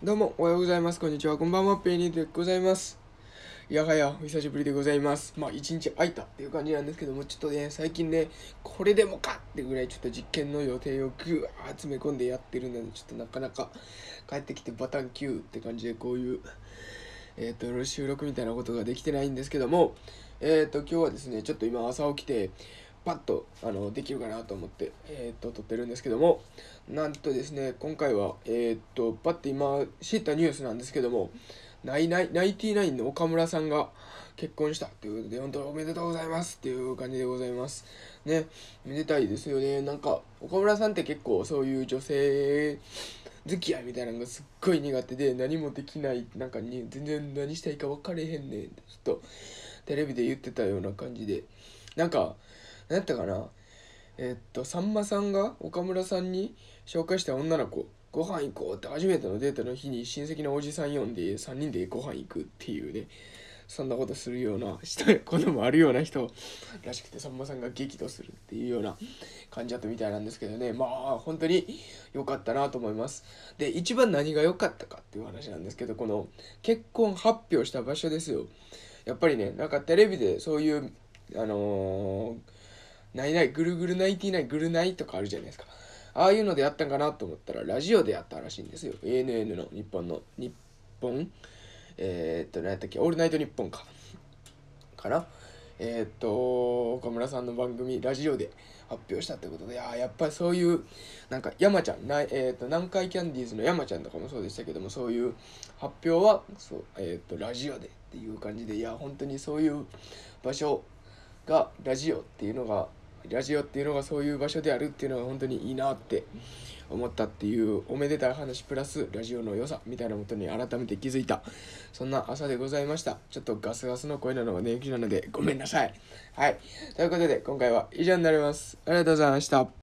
どうもおはようございます。こんにちは。こんばんは。ペイニーでございます。いやはや、お久しぶりでございます。一日空いたっていう感じなんですけども、ちょっとね、最近ね、これでもかってぐらいちょっと実験の予定をぐわー詰め込んでやってるので、ちょっとなかなか帰ってきてバタンキューって感じでこういう、収録みたいなことができてないんですけども、今日はですね、ちょっと今朝起きて、パッとできるかなと思って、撮ってるんですけども、なんとですね、今回は、パッと今知ったニュースなんですけども、ナインティナインの岡村さんが結婚したということで、本当におめでとうございますっていう感じでございます。ね、めでたいですよね。なんか、岡村さんって結構そういう女性付き合いみたいなのがすっごい苦手で、何もできない、なんかに全然何したいか分かれへんねんって、ちょっとテレビで言ってたような感じで、なんか、何やったかな、さんまさんが岡村さんに紹介した女の子、ご飯行こうって初めてのデートの日に親戚のおじさん呼んで3人でご飯行くっていうね、そんなことするような人や子供あるような人らしくて、さんまさんが激怒するっていうような感じだったみたいなんですけどね、本当に良かったなと思います。で、一番何が良かったかっていう話なんですけど、この結婚発表した場所ですよ。やっぱりね、なんかテレビでそういうあのーないない、ぐるぐるナインティナイン、ぐるナイとかあるじゃないですか。ああいうのでやったんかなと思ったら、ラジオでやったらしいんですよ。ANN の日本、何やったっけ、オールナイトニッポンかな。岡村さんの番組、ラジオで発表したってことで、やっぱりそういう、なんか山ちゃん、南海キャンディーズの山ちゃんとかもそうでしたけども、そういう発表は、そう、ラジオでっていう感じで、本当にそういう場所がラジオっていうのがそういう場所であるっていうのが本当にいいなって思ったっていうおめでたい話プラスラジオの良さみたいなことに改めて気づいた、そんな朝でございました。ちょっとガスガスの声なのが寝起きなのでごめんなさい。はい、ということで今回は以上になります。ありがとうございました。